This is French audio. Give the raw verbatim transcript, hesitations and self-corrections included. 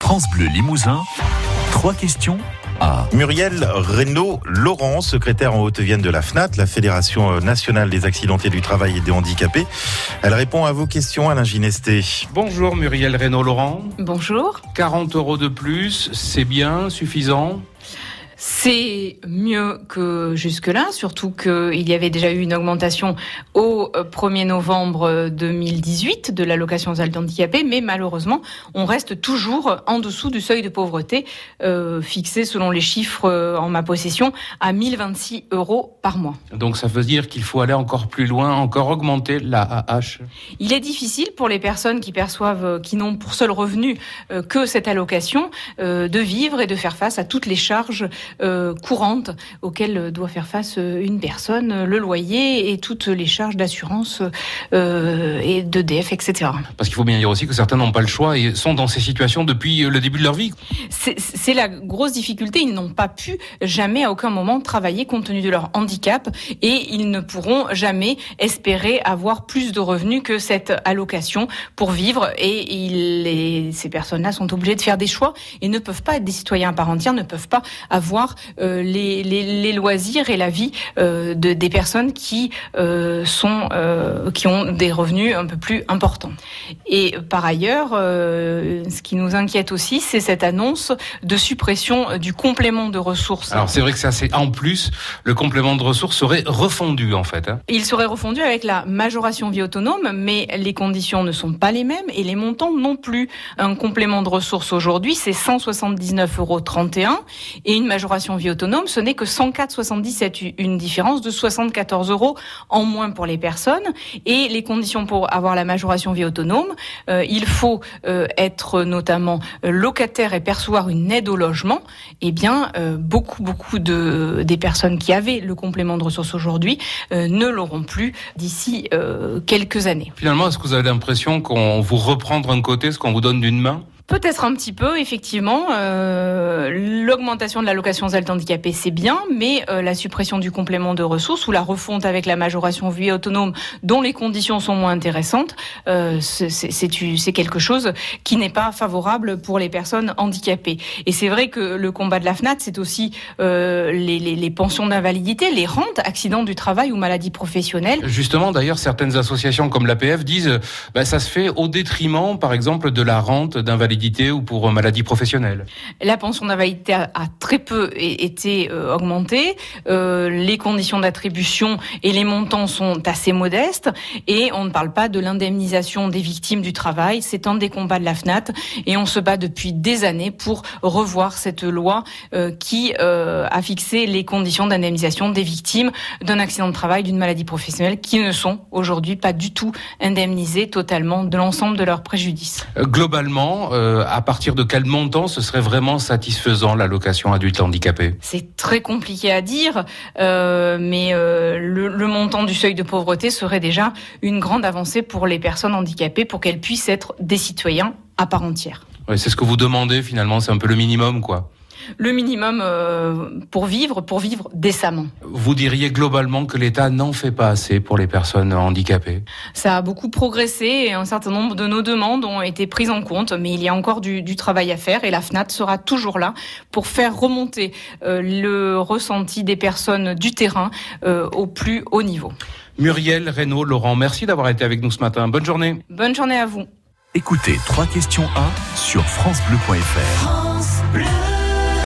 France Bleu Limousin, trois questions à Muriel Reynaud-Laurent, secrétaire en Haute-Vienne de la F N A T, la Fédération nationale des accidentés du travail et des handicapés. Elle répond à vos questions, Alain Ginesté. Bonjour Muriel Reynaud-Laurent. Bonjour. quarante euros de plus, c'est bien, suffisant ? C'est mieux que jusque-là, surtout qu'il y avait déjà eu une augmentation au premier novembre deux mille dix-huit de l'allocation aux adultes handicapés, mais malheureusement, on reste toujours en dessous du seuil de pauvreté, euh, fixé selon les chiffres en ma possession à mille vingt-six euros par mois. Donc ça veut dire qu'il faut aller encore plus loin, encore augmenter l'A A H. Il est difficile pour les personnes qui perçoivent, qui n'ont pour seul revenu euh, que cette allocation, euh, de vivre et de faire face à toutes les charges Euh, courantes auxquelles doit faire face une personne, le loyer et toutes les charges d'assurance euh, et d'E D F, et cetera. Parce qu'il faut bien dire aussi que certains n'ont pas le choix et sont dans ces situations depuis le début de leur vie. C'est, c'est la grosse difficulté. Ils n'ont pas pu jamais à aucun moment travailler compte tenu de leur handicap et ils ne pourront jamais espérer avoir plus de revenus que cette allocation pour vivre. Et ils, les, ces personnes-là sont obligées de faire des choix et ne peuvent pas être des citoyens à part entière, ne peuvent pas avoir Euh, les, les, les loisirs et la vie euh, de, des personnes qui euh, sont euh, qui ont des revenus un peu plus importants. Et par ailleurs, euh, ce qui nous inquiète aussi, c'est cette annonce de suppression du complément de ressources. Alors c'est vrai que ça, c'est en plus, le complément de ressources serait refondu en fait. Hein. Il serait refondu avec la majoration vie autonome, mais les conditions ne sont pas les mêmes et les montants non plus. Un complément de ressources aujourd'hui, c'est cent soixante-dix-neuf euros trente et un et une majoration vie autonome, ce n'est que cent quatre virgule soixante-dix-sept, une différence de soixante-quatorze euros en moins pour les personnes. Et les conditions pour avoir la majoration vie autonome, euh, il faut euh, être notamment locataire et percevoir une aide au logement. Eh bien, euh, beaucoup, beaucoup de des personnes qui avaient le complément de ressources aujourd'hui euh, ne l'auront plus d'ici euh, quelques années. Finalement, est-ce que vous avez l'impression qu'on vous reprend d'un côté ce qu'on vous donne d'une main ? Peut-être un petit peu, effectivement. Euh, l'augmentation de l'allocation aux adultes handicapés, c'est bien, mais euh, la suppression du complément de ressources ou la refonte avec la majoration vie autonome, dont les conditions sont moins intéressantes, euh, c'est, c'est, c'est quelque chose qui n'est pas favorable pour les personnes handicapées. Et c'est vrai que le combat de la F N A T, c'est aussi euh, les, les, les pensions d'invalidité, les rentes, accidents du travail ou maladies professionnelles. Justement, d'ailleurs, certaines associations comme l'A P F disent bah, ça se fait au détriment, par exemple, de la rente d'invalidité ou pour maladie professionnelle. La pension d'invalidité a, a très peu été euh, augmentée. Euh, les conditions d'attribution et les montants sont assez modestes. Et on ne parle pas de l'indemnisation des victimes du travail. C'est un des combats de la F N A T. Et on se bat depuis des années pour revoir cette loi euh, qui euh, a fixé les conditions d'indemnisation des victimes d'un accident de travail, d'une maladie professionnelle, qui ne sont aujourd'hui pas du tout indemnisées totalement de l'ensemble de leurs préjudices. Euh, globalement, euh, à partir de quel montant ce serait vraiment satisfaisant l'allocation adulte handicapé ? C'est très compliqué à dire, euh, mais euh, le, le montant du seuil de pauvreté serait déjà une grande avancée pour les personnes handicapées pour qu'elles puissent être des citoyens à part entière. Ouais, c'est ce que vous demandez finalement, c'est un peu le minimum quoi. Le minimum euh, pour vivre, pour vivre décemment. Vous diriez globalement que l'État n'en fait pas assez pour les personnes handicapées ? Ça a beaucoup progressé et un certain nombre de nos demandes ont été prises en compte, mais il y a encore du, du travail à faire et la F N A T sera toujours là pour faire remonter euh, le ressenti des personnes du terrain euh, au plus haut niveau. Muriel Reynaud-Laurent, merci d'avoir été avec nous ce matin. Bonne journée. Bonne journée à vous. Écoutez trois questions à sur francebleu point fr. France Bleu.